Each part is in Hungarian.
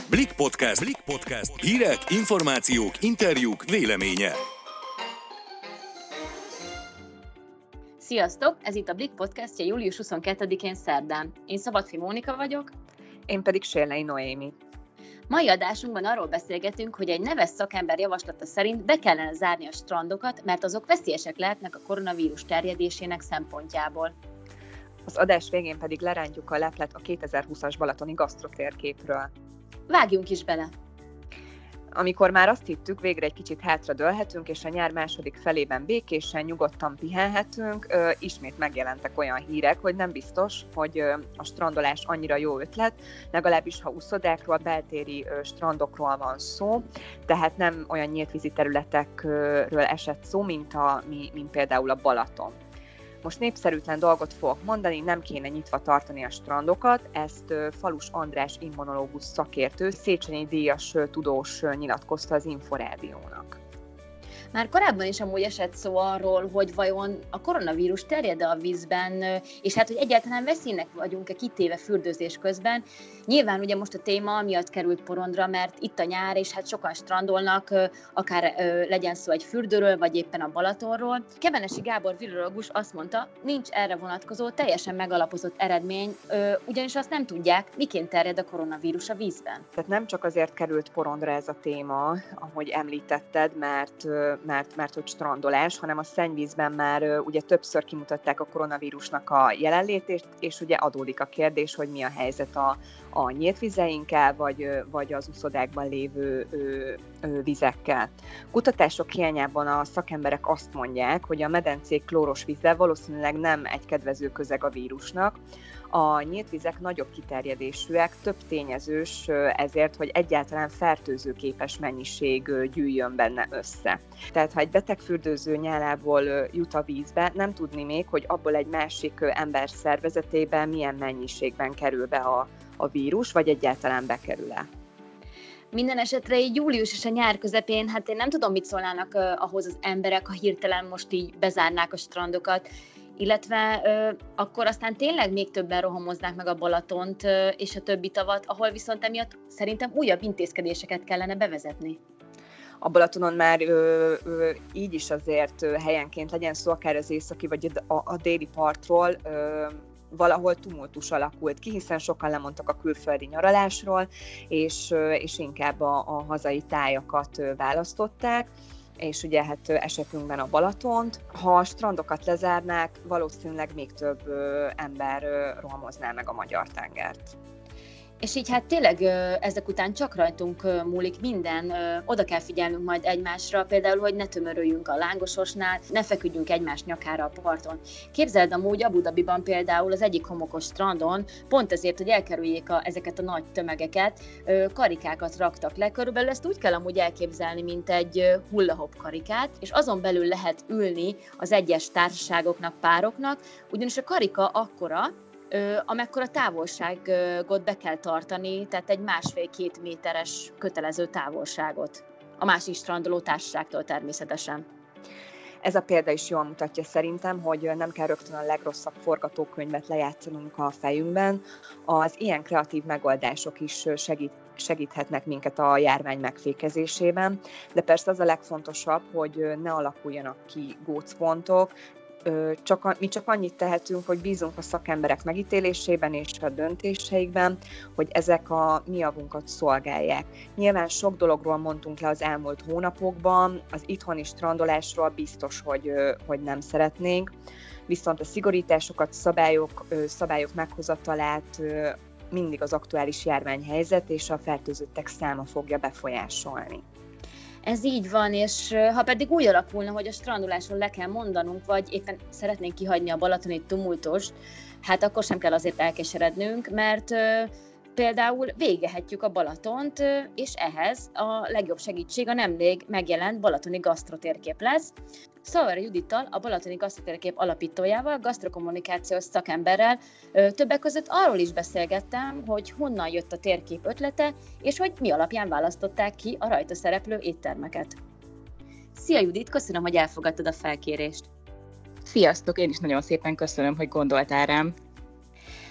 Blik Podcast. Hírek, információk, interjúk, véleménye. Sziasztok! Ez itt a Blik Podcastja július 22-én szerdán. Én Szabadfi Mónika vagyok. Én pedig Sérlei Noémi. Mai adásunkban arról beszélgetünk, hogy egy neves szakember javaslata szerint be kellene zárni a strandokat, mert azok veszélyesek lehetnek a koronavírus terjedésének szempontjából. Az adás végén pedig lerántjuk a leplet a 2020-as balatoni gasztrotérképről. Vágjunk is bele! Amikor már azt hittük, végre egy kicsit hátradőlhetünk, és a nyár második felében békésen, nyugodtan pihenhetünk, ismét megjelentek olyan hírek, hogy nem biztos, hogy a strandolás annyira jó ötlet, legalábbis ha uszodákról, beltéri strandokról van szó, tehát nem olyan nyíltvízi területekről esett szó, mint például a Balaton. Most népszerűtlen dolgot fogok mondani, nem kéne nyitva tartani a strandokat, ezt Falus András immunológus szakértő, Széchenyi díjas tudós nyilatkozta az Inforádiónak. Már korábban is amúgy esett szó arról, hogy vajon a koronavírus terjed-e a vízben, és hát, hogy egyáltalán veszélynek vagyunk-e kitéve fürdőzés közben. Nyilván ugye most a téma miatt került porondra, mert itt a nyár, és hát sokan strandolnak, akár legyen szó egy fürdőről, vagy éppen a Balatonról. Kebenesi Gábor virológus azt mondta, nincs erre vonatkozó teljesen megalapozott eredmény, ugyanis azt nem tudják, miként terjed a koronavírus a vízben. Tehát nem csak azért került porondra ez a téma, ahogy említetted, mert hogy strandolás, hanem a szennyvízben már ugye többször kimutatták a koronavírusnak a jelenlétét, és ugye adódik a kérdés, hogy mi a helyzet a nyílt vizeinkkel, vagy az uszodákban lévő vizekkel. Kutatások hiányában a szakemberek azt mondják, hogy a medencék klóros vízzel valószínűleg nem egy kedvező közeg a vírusnak. A nyílt vizek nagyobb kiterjedésűek, több tényezős ezért, hogy egyáltalán fertőzőképes mennyiség gyűjjön benne össze. Tehát ha egy beteg fürdőző nyálából jut a vízbe, nem tudni még, hogy abból egy másik ember szervezetében milyen mennyiségben kerül be a vírus, vagy egyáltalán bekerül-e. Minden esetre így július és a nyár közepén, hát én nem tudom, mit szólnának ahhoz az emberek, ha hirtelen most így bezárnák a strandokat, illetve akkor aztán tényleg még többen rohamoznák meg a Balatont és a többi tavat, ahol viszont emiatt szerintem újabb intézkedéseket kellene bevezetni. A Balatonon már így is azért helyenként, legyen szó akár az északi vagy a déli partról, valahol tumultus alakult ki, hiszen sokan lemondtak a külföldi nyaralásról, és inkább a hazai tájakat választották, és ugye hát esetünkben a Balatont. Ha a strandokat lezárnák, valószínűleg még több ember rohamozná meg a Magyar-tengert. És így hát tényleg ezek után csak rajtunk múlik minden, oda kell figyelnünk majd egymásra, például, hogy ne tömörüljünk a lángososnál, ne feküdjünk egymás nyakára a parton. Képzeld amúgy Abu Dhabiban például az egyik homokos strandon, pont ezért, hogy elkerüljék ezeket a nagy tömegeket, karikákat raktak le, körülbelül ezt úgy kell amúgy elképzelni, mint egy hula-hop karikát, és azon belül lehet ülni az egyes társaságoknak, pároknak, ugyanis a karika akkora, amekkora távolságot be kell tartani, tehát egy 1,5-2 méteres kötelező távolságot. A másik strandoló társaságtól természetesen. Ez a példa is jól mutatja szerintem, hogy nem kell rögtön a legrosszabb forgatókönyvet lejátszanunk a fejünkben. Az ilyen kreatív megoldások is segíthetnek minket a járvány megfékezésében, de persze az a legfontosabb, hogy ne alakuljanak ki gócpontok. Mi csak annyit tehetünk, hogy bízunk a szakemberek megítélésében és a döntéseikben, hogy ezek a mi javunkat szolgálják. Nyilván sok dologról mondtunk le az elmúlt hónapokban, az itthoni strandolásról biztos, hogy nem szeretnénk, viszont a szigorításokat, szabályok meghozatalát mindig az aktuális járványhelyzet és a fertőzöttek száma fogja befolyásolni. Ez így van, és ha pedig úgy alakulna, hogy a strandolásról le kell mondanunk, vagy éppen szeretnénk kihagyni a balatoni tumultust, hát akkor sem kell azért elkeserednünk, mert például végehetjük a Balatont, és ehhez a legjobb segítség a nemrég megjelent balatoni gasztrotérkép lesz. Szauer Judittal, a balatoni gasztrotérkép alapítójával, gasztrokommunikációs szakemberrel többek között arról is beszélgettem, hogy honnan jött a térkép ötlete, és hogy mi alapján választották ki a rajta szereplő éttermeket. Szia Judit, köszönöm, hogy elfogadtad a felkérést. Sziasztok, én is nagyon szépen köszönöm, hogy gondoltál rám.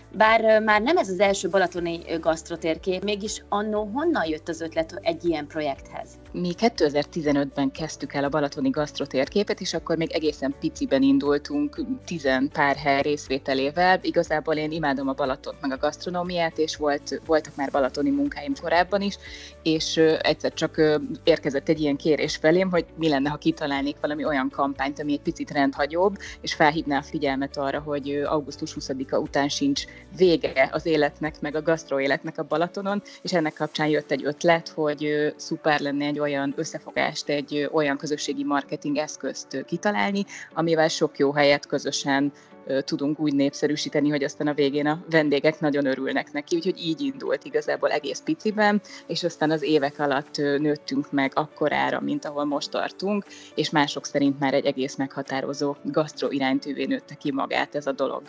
Bár már nem ez az első balatoni gasztrotérkép, mégis annó honnan jött az ötlet egy ilyen projekthez? Mi 2015-ben kezdtük el a balatoni gasztrotérképet, és akkor még egészen piciben indultunk, 10 pár hely részvételével. Igazából én imádom a Balatont, meg a gasztronómiát, és voltak már balatoni munkáim korábban is, és egyszer csak érkezett egy ilyen kérés felém, hogy mi lenne, ha kitalálnék valami olyan kampányt, ami egy picit rendhagyóbb, és felhívná a figyelmet arra, hogy augusztus 20-a után sincs vége az életnek, meg a gasztroéletnek a Balatonon, és ennek kapcsán jött egy ötlet, hogy szuper lenne egy olyan összefogást, egy olyan közösségi marketing eszközt kitalálni, amivel sok jó helyet közösen tudunk úgy népszerűsíteni, hogy aztán a végén a vendégek nagyon örülnek neki, úgyhogy így indult igazából egész piciben, és aztán az évek alatt nőttünk meg akkorára, mint ahol most tartunk, és mások szerint már egy egész meghatározó gasztro iránytűvé nőtte ki magát ez a dolog.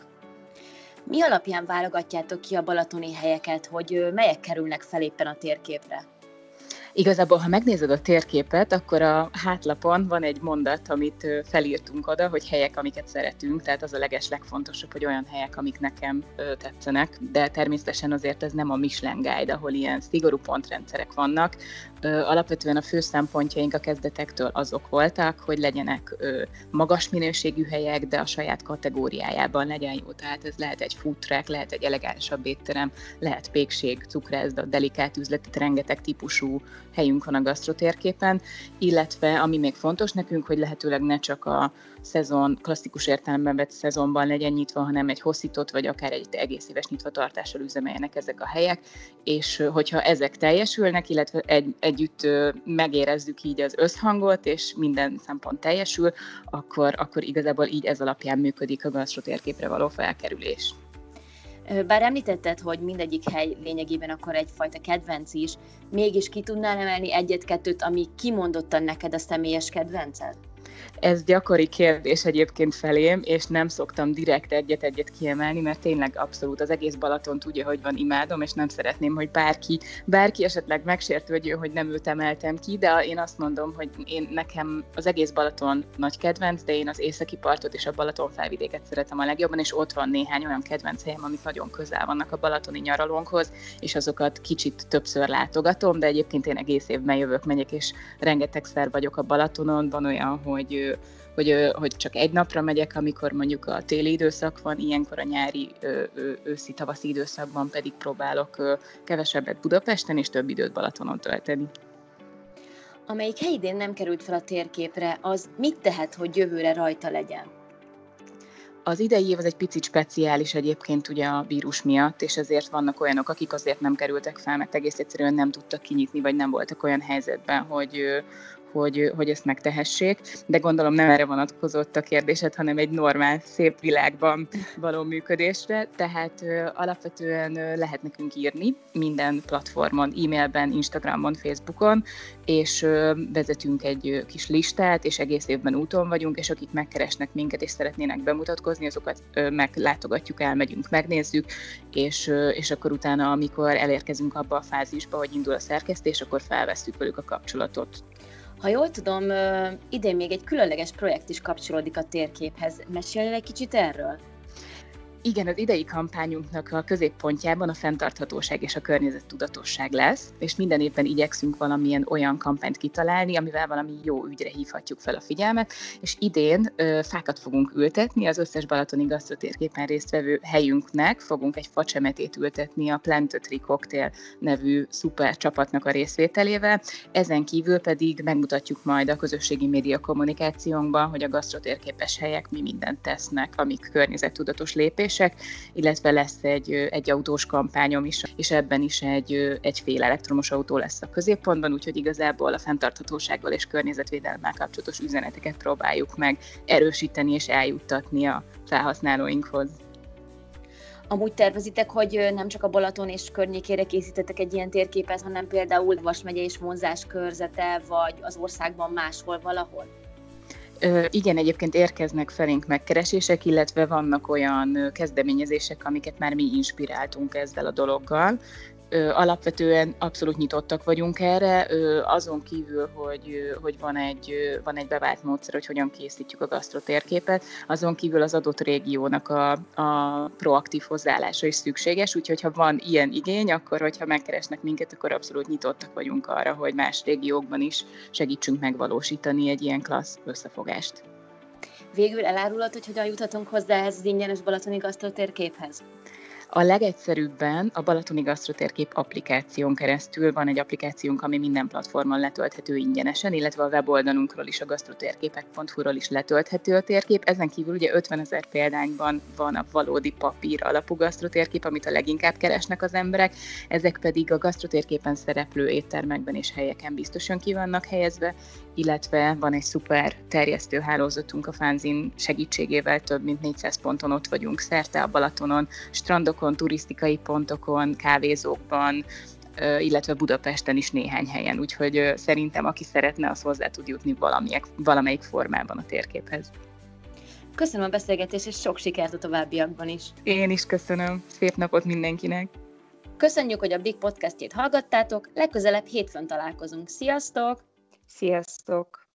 Mi alapján válogatjátok ki a balatoni helyeket, hogy melyek kerülnek fel éppen a térképre? Igazából, ha megnézed a térképet, akkor a hátlapon van egy mondat, amit felírtunk oda, hogy helyek, amiket szeretünk, tehát az a legfontosabb, hogy olyan helyek, amik nekem tetszenek, de természetesen azért ez nem a Michelin Guide, ahol ilyen szigorú pontrendszerek vannak. Alapvetően a fő szempontjaink a kezdetektől azok voltak, hogy legyenek magas minőségű helyek, de a saját kategóriájában legyen jó, tehát ez lehet egy food truck, lehet egy elegánsabb étterem, lehet pékség, cukrászda, delikát üzlet, rengeteg típusú helyünk van a gasztrotérképen, illetve ami még fontos nekünk, hogy lehetőleg ne csak a szezon, klasszikus értelemben vett szezonban legyen nyitva, hanem egy hosszított, vagy akár egy egész éves nyitvatartással üzemeljenek ezek a helyek, és hogyha ezek teljesülnek, illetve együtt megérezzük így az összhangot, és minden szempont teljesül, akkor igazából így ez alapján működik a gasztrotérképre való felkerülés. Bár említetted, hogy mindegyik hely lényegében akkor egyfajta kedvenc is, mégis ki tudnál emelni egyet-kettőt, ami kimondottan neked a személyes kedvenced? Ez gyakori kérdés egyébként felém, és nem szoktam direkt egyet-egyet kiemelni, mert tényleg abszolút az egész Balatont úgy, ahogy van, imádom, és nem szeretném, hogy bárki esetleg megsértődjön, hogy nem őt emeltem ki, de én azt mondom, hogy nekem az egész Balaton nagy kedvenc, de én az északi partot és a Balaton felvidéket szeretem a legjobban, és ott van néhány olyan kedvenc helyem, amik nagyon közel vannak a balatoni nyaralónkhoz, és azokat kicsit többször látogatom, de egyébként én egész évben jövök, megyek, és rengetegszer vagyok a Balatonon, van olyan, hogy csak egy napra megyek, amikor mondjuk a téli időszak van, ilyenkor a nyári, őszi-tavaszi időszakban pedig próbálok kevesebbet Budapesten és több időt Balatonon tölteni. Amelyik hely idén nem került fel a térképre, az mit tehet, hogy jövőre rajta legyen? Az idei év az egy picit speciális egyébként ugye a vírus miatt, és ezért vannak olyanok, akik azért nem kerültek fel, mert egész egyszerűen nem tudtak kinyitni, vagy nem voltak olyan helyzetben, hogy ezt megtehessék, de gondolom nem erre vonatkozott a kérdésed, hanem egy normál, szép világban való működésre, tehát alapvetően lehet nekünk írni minden platformon, e-mailben, Instagramon, Facebookon, és vezetünk egy kis listát, és egész évben úton vagyunk, és akik megkeresnek minket, és szeretnének bemutatkozni, azokat meglátogatjuk, elmegyünk, megnézzük, és akkor utána, amikor elérkezünk abba a fázisba, hogy indul a szerkesztés, akkor felvesszük velük a kapcsolatot. Ha jól tudom, idén még egy különleges projekt is kapcsolódik a térképhez. Mesélj egy kicsit erről? Igen, az idei kampányunknak a középpontjában a fenntarthatóság és a környezettudatosság lesz, és minden évben igyekszünk valamilyen olyan kampányt kitalálni, amivel valami jó ügyre hívhatjuk fel a figyelmet, és idén fákat fogunk ültetni, az összes balatoni gasztrotérképen résztvevő helyünknek fogunk egy facsemetét ültetni a Plant a Tree Cocktail nevű szuper csapatnak a részvételével. Ezen kívül pedig megmutatjuk majd a közösségi média kommunikációnkban, hogy a gasztrotérképes helyek mi mindent tesznek, amik környezettudatos lépés, illetve lesz egy autós kampányom is, és ebben is egyféle elektromos autó lesz a középpontban, úgyhogy igazából a fenntarthatósággal és környezetvédelemmel kapcsolatos üzeneteket próbáljuk meg erősíteni és eljuttatni a felhasználóinkhoz. Amúgy tervezitek, hogy nem csak a Balaton és környékére készítettek egy ilyen térképet, hanem például Vas megye és vonzás körzete, vagy az országban máshol valahol? Igen, egyébként érkeznek felénk megkeresések, illetve vannak olyan kezdeményezések, amiket már mi inspiráltunk ezzel a dologgal, Alapvetően abszolút nyitottak vagyunk erre, azon kívül, hogy van egy bevált módszer, hogy hogyan készítjük a gasztrotérképet, azon kívül az adott régiónak a proaktív hozzáállása is szükséges, úgyhogy ha van ilyen igény, akkor hogyha megkeresnek minket, akkor abszolút nyitottak vagyunk arra, hogy más régiókban is segítsünk megvalósítani egy ilyen klassz összefogást. Végül elárulod, hogy hogyan juthatunk hozzá ehhez az ingyenes balatoni gasztrotérképhez? A legegyszerűbben a Balatoni Gasztrotérkép applikáción keresztül van egy applikációnk, ami minden platformon letölthető ingyenesen, illetve a weboldalunkról is, a gasztrotérképek.hu-ról is letölthető a térkép. Ezen kívül ugye 50 000 példányban van a valódi papír alapú gasztrotérkép, amit a leginkább keresnek az emberek, ezek pedig a gasztrotérképen szereplő éttermekben és helyeken biztosan ki vannak helyezve, illetve van egy szuper terjesztő hálózatunk a fanzin segítségével, több mint 400 ponton ott vagyunk szerte a Balatonon, strandokon, turisztikai pontokon, kávézókban, illetve Budapesten is néhány helyen, úgyhogy szerintem aki szeretne, az hozzá tud jutni valamelyik formában a térképhez. Köszönöm a beszélgetést, és sok sikert a továbbiakban is. Én is köszönöm, szép napot mindenkinek! Köszönjük, hogy a Blik podcastjét hallgattátok, legközelebb hétfőn találkozunk. Sziasztok! Sziasztok!